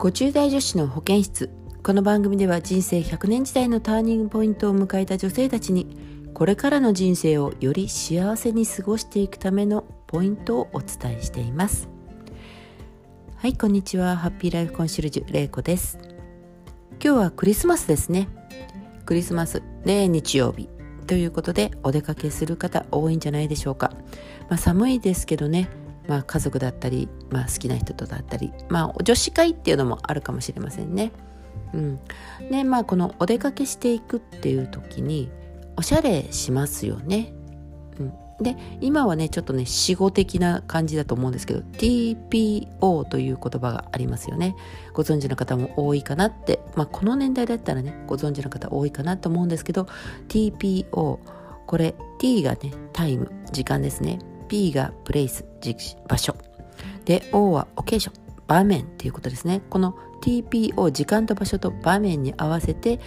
50代女子の保健室。この番組では人生100年時代のターニングポイントを迎えた女性たちに、これからの人生をより幸せに過ごしていくためのポイントをお伝えしています。はい、こんにちは。ハッピーライフコンシェルジュれいこです。今日はクリスマスですね。クリスマスで日曜日ということで、お出かけする方多いんじゃないでしょうか。寒いですけどね、家族だったり、好きな人とだったり、女子会っていうのもあるかもしれませんね。で、このお出かけしていくっていう時におしゃれしますよね。で、今はねちょっとね死語的な感じだと思うんですけど、 TPO という言葉がありますよね。ご存知の方も多いかなって、この年代だったらねご存知の方多いかなと思うんですけど、 TPO、 これ T がねタイム、時間ですね。P がプレイス、場所で、O はオケーション、場面っていうことですね。この TPO、 時間と場所と場面に合わせて、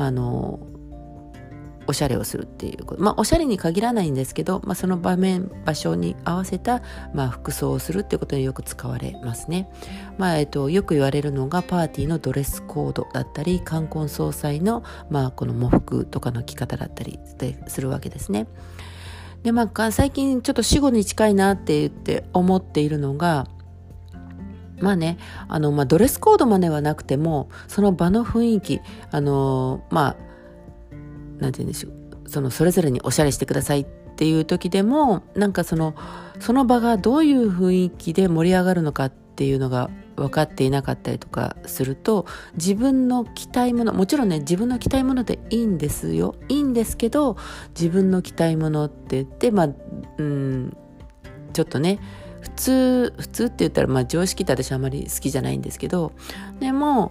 おしゃれをするっていうこと、おしゃれに限らないんですけど、その場面場所に合わせた、服装をするっていうことによく使われますね。よく言われるのがパーティーのドレスコードだったり、冠婚葬祭の、この喪服とかの着方だったりするわけですね。で、最近ちょっと死後に近いなって言って思っているのが、ドレスコードまではなくても、その場の雰囲気、なんて言うんでしょう、それぞれにおしゃれしてくださいっていう時でも、その場がどういう雰囲気で盛り上がるのかっていうのが分かっていなかったりとかすると、自分の着たいもの、もちろんね自分の着たいものでいいんですよ、いいんですけど、自分の着たいものって言って、ちょっとね普通って言ったら、常識って私あまり好きじゃないんですけど、でも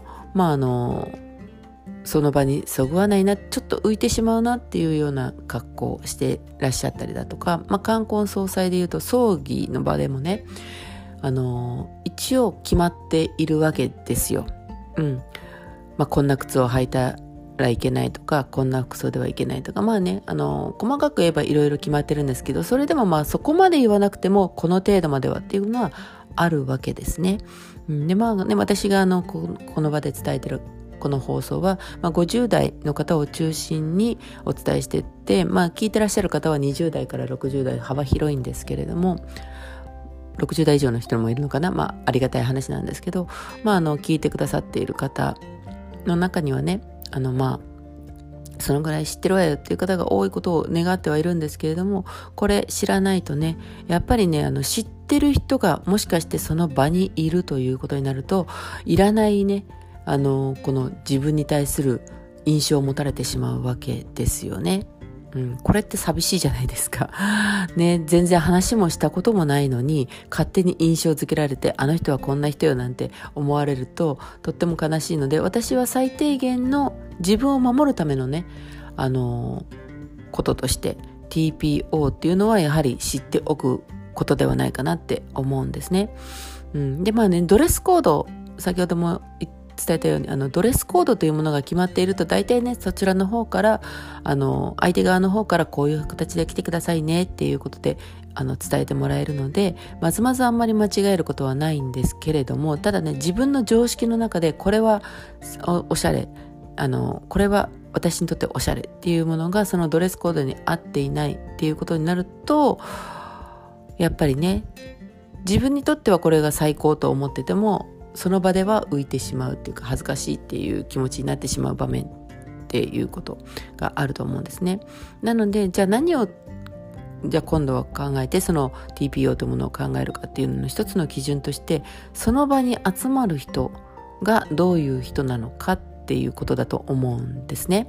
その場にそぐわないな、ちょっと浮いてしまうなっていうような格好をしてらっしゃったりだとか、冠婚葬祭でいうと葬儀の場でもね、一応決まっているわけですよ。こんな靴を履いたらいけないとか、こんな服装ではいけないとか、細かく言えばいろいろ決まってるんですけど、それでもそこまで言わなくてもこの程度まではっていうのはあるわけですね。で、私がこの場で伝えてるこの放送は、50代の方を中心にお伝えしていって、聞いてらっしゃる方は20代から60代幅広いんですけれども、60代以上の人もいるのかな、ありがたい話なんですけど、聞いてくださっている方の中にはね、そのぐらい知ってるわよっていう方が多いことを願ってはいるんですけれども、これ知らないとね、やっぱりね知ってる人がもしかしてその場にいるということになると、いらないねこの自分に対する印象を持たれてしまうわけですよね。これって寂しいじゃないですかね。全然話もしたこともないのに勝手に印象付けられて、あの人はこんな人よなんて思われるととっても悲しいので、私は最低限の自分を守るためのねこととして TPO っていうのはやはり知っておくことではないかなって思うんですね。で、ドレスコード、先ほども伝えたようにドレスコードというものが決まっていると、大体ねそちらの方から相手側の方からこういう形で来てくださいねっていうことで伝えてもらえるので、まずあんまり間違えることはないんですけれども、ただね自分の常識の中でこれはおしゃれ、これは私にとっておしゃれっていうものがそのドレスコードに合っていないっていうことになると、やっぱりね自分にとってはこれが最高と思ってても、その場では浮いてしまうっていうか、恥ずかしいっていう気持ちになってしまう場面っていうことがあると思うんですね。なので、じゃあ何を今度は考えて、その TPO というものを考えるかっていうのの一つの基準として、その場に集まる人がどういう人なのかっていうことだと思うんですね。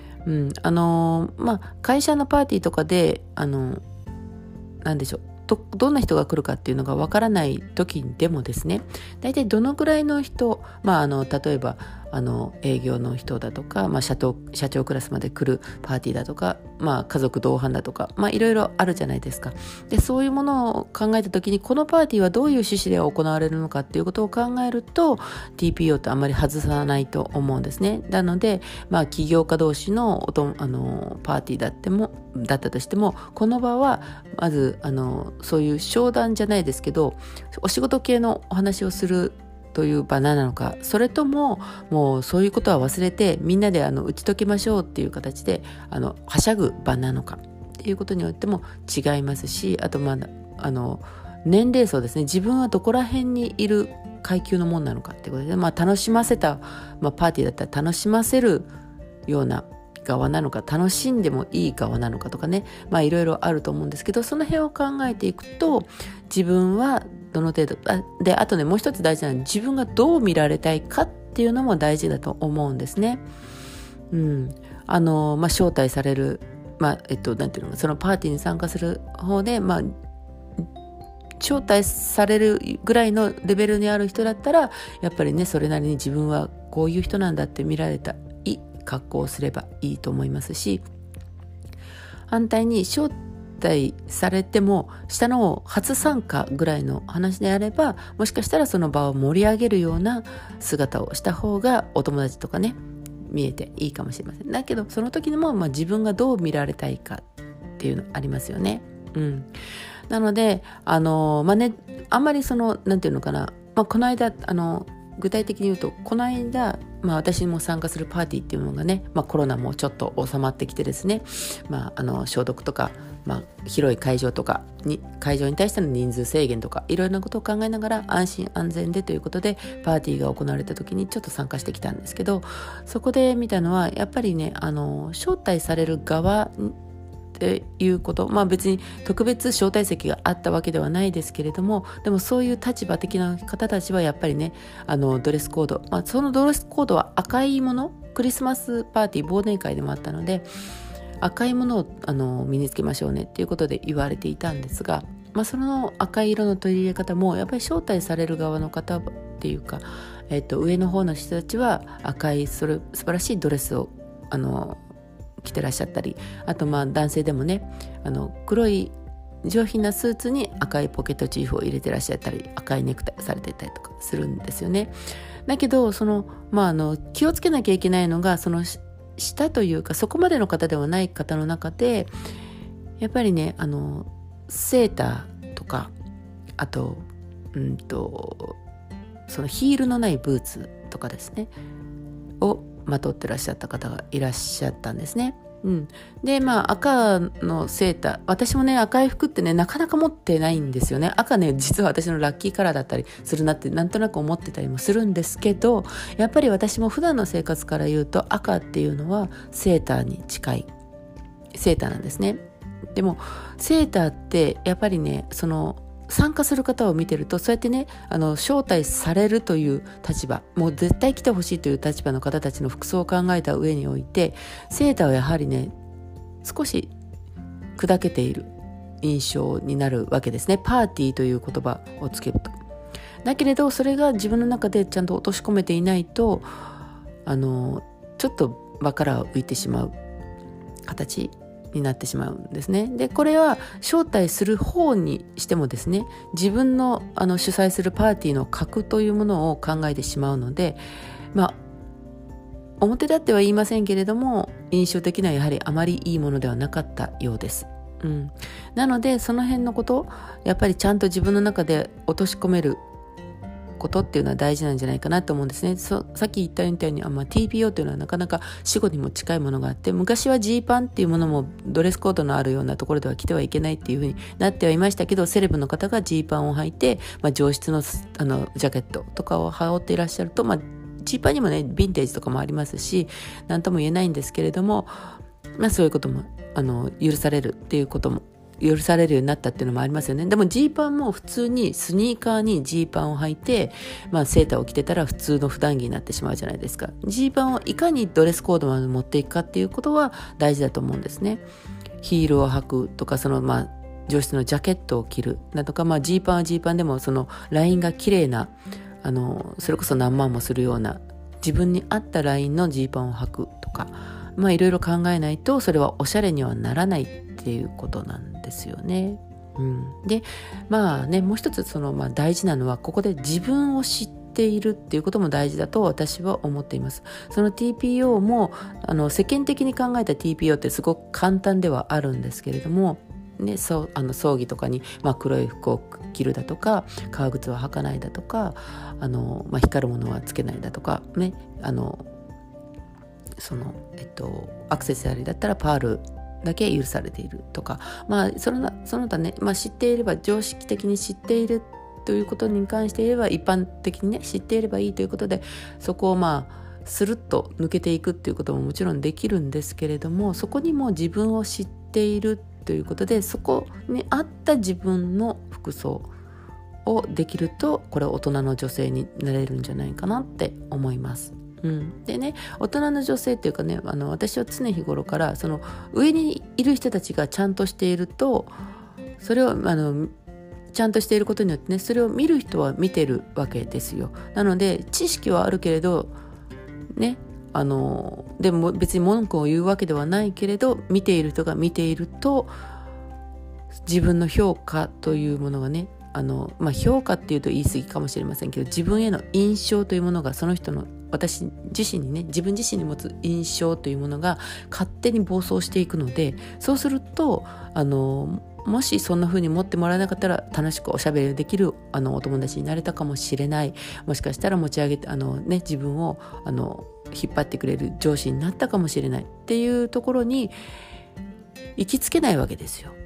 会社のパーティーとかでなんでしょう、どんな人が来るかっていうのがわからない時でもですね、大体どのくらいの人、例えば営業の人だとか、社長クラスまで来るパーティーだとか、家族同伴だとか、いろいろあるじゃないですか。で、そういうものを考えた時に、このパーティーはどういう趣旨で行われるのかっていうことを考えると TPO ってあんまり外さないと思うんですね。なので、起業家同士のパーティーだったとしても、この場はまずそういう商談じゃないですけど、お仕事系のお話をするという場なのか、それとももうそういうことは忘れてみんなで打ち解けましょうっていう形ではしゃぐ場なのかっていうことによっても違いますし、あと年齢層ですね、自分はどこら辺にいる階級のもんなのかっていうことで、楽しませた、パーティーだったら楽しませるような側なのか、楽しんでもいい側なのかとかね、いろいろあると思うんですけど、その辺を考えていくと、自分はどの程度で、あとね、もう一つ大事なのは自分がどう見られたいかっていうのも大事だと思うんですね。招待される、なんていうのか、そのパーティーに参加する方で、招待されるぐらいのレベルにある人だったら、やっぱりね、それなりに自分はこういう人なんだって見られたいい格好をすればいいと思いますし、反対に招待されても下の初参加ぐらいの話であれば、もしかしたらその場を盛り上げるような姿をした方がお友達とかね、見えていいかもしれません。だけどその時にも自分がどう見られたいかっていうのありますよね。なのであんまりなんていうのかな、この間具体的に言うと、この間、私も参加するパーティーっていうのがね、コロナもちょっと収まってきてですね、消毒とか、広い会場とか会場に対しての人数制限とかいろいろなことを考えながら、安心安全でということでパーティーが行われた時にちょっと参加してきたんですけど、そこで見たのはやっぱりね、招待される側っていうこと、別に特別招待席があったわけではないですけれども、でもそういう立場的な方たちはやっぱりね、ドレスコード、そのドレスコードは赤いもの、クリスマスパーティー忘年会でもあったので、赤いものを身につけましょうねっていうことで言われていたんですが、その赤い色の取り入れ方もやっぱり招待される側の方っていうか、上の方の人たちは赤い素晴らしいドレスを着てらっしゃったり、あと男性でもね、黒い上品なスーツに赤いポケットチーフを入れてらっしゃったり、赤いネクタイされてたりとかするんですよね。だけど気をつけなきゃいけないのが、その下というかそこまでの方ではない方の中で、やっぱりねセーターとか、あとそのヒールのないブーツとかですねをまとってらっしゃった方がいらっしゃったんですね。で赤のセーター、私もね赤い服ってねなかなか持ってないんですよね。赤ね、実は私のラッキーカラーだったりするなってなんとなく思ってたりもするんですけど、やっぱり私も普段の生活から言うと赤っていうのはセーターに近いセーターなんですね。でもセーターってやっぱりね、参加する方を見てると、そうやってね招待されるという立場、もう絶対来てほしいという立場の方たちの服装を考えた上において、セーターはやはりね少し砕けている印象になるわけですね。パーティーという言葉をつけると。だけれどそれが自分の中でちゃんと落とし込めていないとちょっと場から浮いてしまう形になってしまうんですね。でこれは招待する方にしてもですね、自分の主催するパーティーの格というものを考えてしまうので、表立っては言いませんけれども、印象的にはやはりあまりいいものではなかったようです。なのでその辺のことやっぱりちゃんと自分の中で落とし込めることっていうのは大事なんじゃないかなと思うんですね。さっき言ったみたいにTPO っていうのはなかなか死後にも近いものがあって、昔はジーパンっていうものもドレスコードのあるようなところでは着てはいけないっていう風になってはいましたけど、セレブの方がジーパンを履いて、上質のジャケットとかを羽織っていらっしゃると、ジーパンにもねヴィンテージとかもありますし、何とも言えないんですけれども、そういうことも許されるっていうことも許されるようになったっていうのもありますよね。でもジーパンも普通にスニーカーにジーパンを履いて、セーターを着てたら普通の普段着になってしまうじゃないですか。ジーパンをいかにドレスコードまで持っていくかっていうことは大事だと思うんですね。ヒールを履くとか、上質のジャケットを着るだとか、ジーパンはジーパンでもそのラインが綺麗なそれこそ何万もするような自分に合ったラインのジーパンを履くとか、いろいろ考えないとそれはおしゃれにはならないっていうことなんですよね。でもう一つ大事なのは、ここで自分を知っているっていうことも大事だと私は思っています。その TPO も世間的に考えた TPO ってすごく簡単ではあるんですけれども、 ね、葬儀とかに、黒い服を着るだとか、革靴は履かないだとか、光るものはつけないだとかね、アクセサリーだったらパールだけ許されているとか、その他ね、知っていれば、常識的に知っているということに関して言えば、一般的にね知っていればいいということで、そこをスルッと抜けていくっていうことももちろんできるんですけれども、そこにも自分を知っているということで、そこに合った自分の服装をできると、これ大人の女性になれるんじゃないかなって思います。でね、大人の女性っていうかね、私は常日頃からその上にいる人たちがちゃんとしていると、それをちゃんとしていることによってね、それを見る人は見てるわけですよ。なので知識はあるけれどね、でも別に文句を言うわけではないけれど、見ている人が見ていると、自分の評価というものがね、評価っていうと言い過ぎかもしれませんけど、自分への印象というものが、その人の、私自身にね、自分自身に持つ印象というものが勝手に暴走していくので、そうするともしそんな風に持ってもらえなかったら、楽しくおしゃべりできるお友達になれたかもしれない。もしかしたら持ち上げて自分を引っ張ってくれる上司になったかもしれないっていうところに行きつけないわけですよ。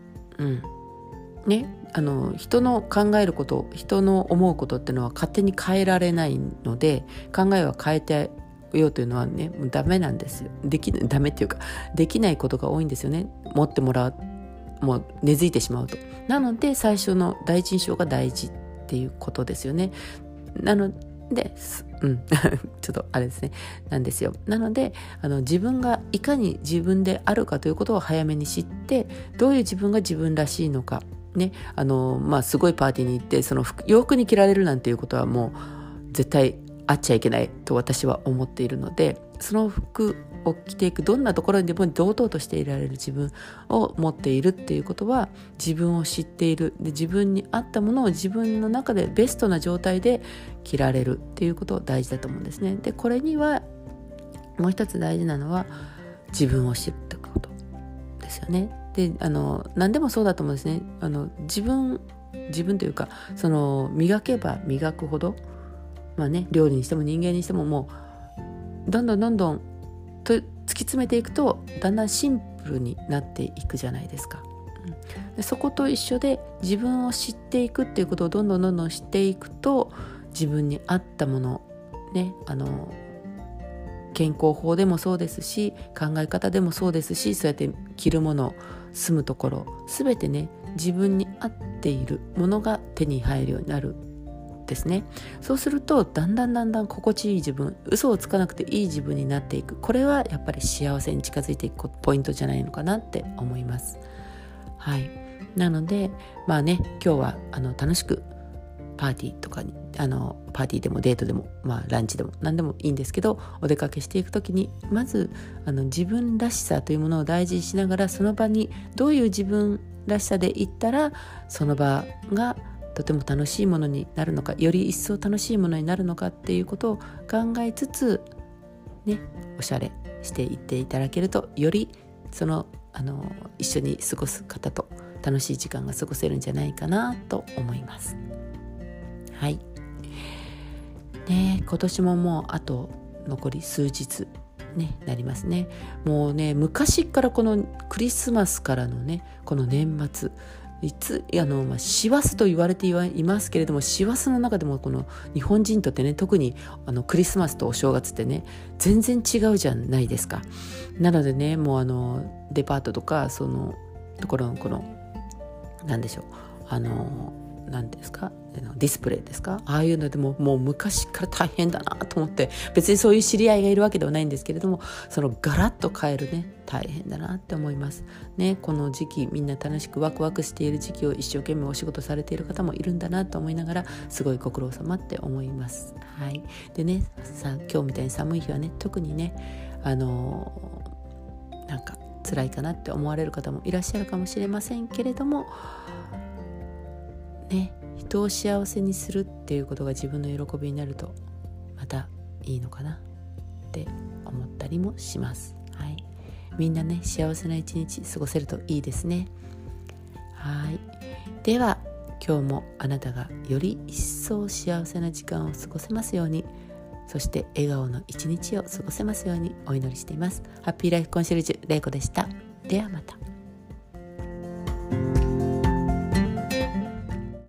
ね、人の考えること、人の思うことっていうのは勝手に変えられないので、考えは変えてようというのはね、もうダメなんですよ。ダメっていうか、できないことが多いんですよね。持ってもらう、もう根付いてしまうと。なので最初の第一印象が大事っていうことですよね。なのでちょっとあれですね、なんですよ。なので自分がいかに自分であるかということを早めに知って、どういう自分が自分らしいのかね、すごいパーティーに行って、その洋服に着られるなんていうことはもう絶対あっちゃいけないと私は思っているので、その服を着ていく、どんなところにでも堂々としていられる自分を持っているっていうことは、自分を知っている。で、自分に合ったものを自分の中でベストな状態で着られるっていうこと大事だと思うんですね。で、これにはもう一つ大事なのは、自分を知るってことですよね。で、何でもそうだと思うんですね。自分というか、磨けば磨くほど、料理にしても人間にしても、もうどんどんと突き詰めていくと、だんだんシンプルになっていくじゃないですか。で、そこと一緒で、自分を知っていくっていうことをどんどん知っていくと、自分に合ったものね、健康法でもそうですし、考え方でもそうですし、そうやって着るもの、住むところ、すべてね、自分に合っているものが手に入るようになるですね。そうすると、だんだん心地いい自分、嘘をつかなくていい自分になっていく。これはやっぱり幸せに近づいていくポイントじゃないのかなって思います。はい。なので今日は楽しくパーティーとかにパーティーでもデートでも、ランチでも何でもいいんですけど、お出かけしていくときに、まず自分らしさというものを大事にしながら、その場にどういう自分らしさで行ったら、その場がとても楽しいものになるのか、より一層楽しいものになるのかっていうことを考えつつね、おしゃれしていっていただけると、より一緒に過ごす方と楽しい時間が過ごせるんじゃないかなと思います。はいね、今年ももうあと残り数日ね、なりますね。もうね、昔からこのクリスマスからのね、この年末、師走と言われていますけれども、師走の中でもこの日本人にとってね、特にクリスマスとお正月ってね、全然違うじゃないですか。なのでね、もうデパートとかそのところのこの何でしょう、何ですか、ディスプレイですか、ああいうのでもう昔から大変だなと思って、別にそういう知り合いがいるわけではないんですけれども、そのガラッと変えるね、大変だなって思いますね。この時期みんな楽しくワクワクしている時期を一生懸命お仕事されている方もいるんだなと思いながら、すごいご苦労様って思います。はい。でね、今日みたいに寒い日はね、特にね、なんか辛いかなって思われる方もいらっしゃるかもしれませんけれどもね、人を幸せにするっていうことが自分の喜びになると、またいいのかなって思ったりもします。はい。みんなね、幸せな一日過ごせるといいですね。 はい。では今日もあなたがより一層幸せな時間を過ごせますように、そして笑顔の一日を過ごせますようにお祈りしています。ハッピーライフコンシェルジュれいこでした。ではまた。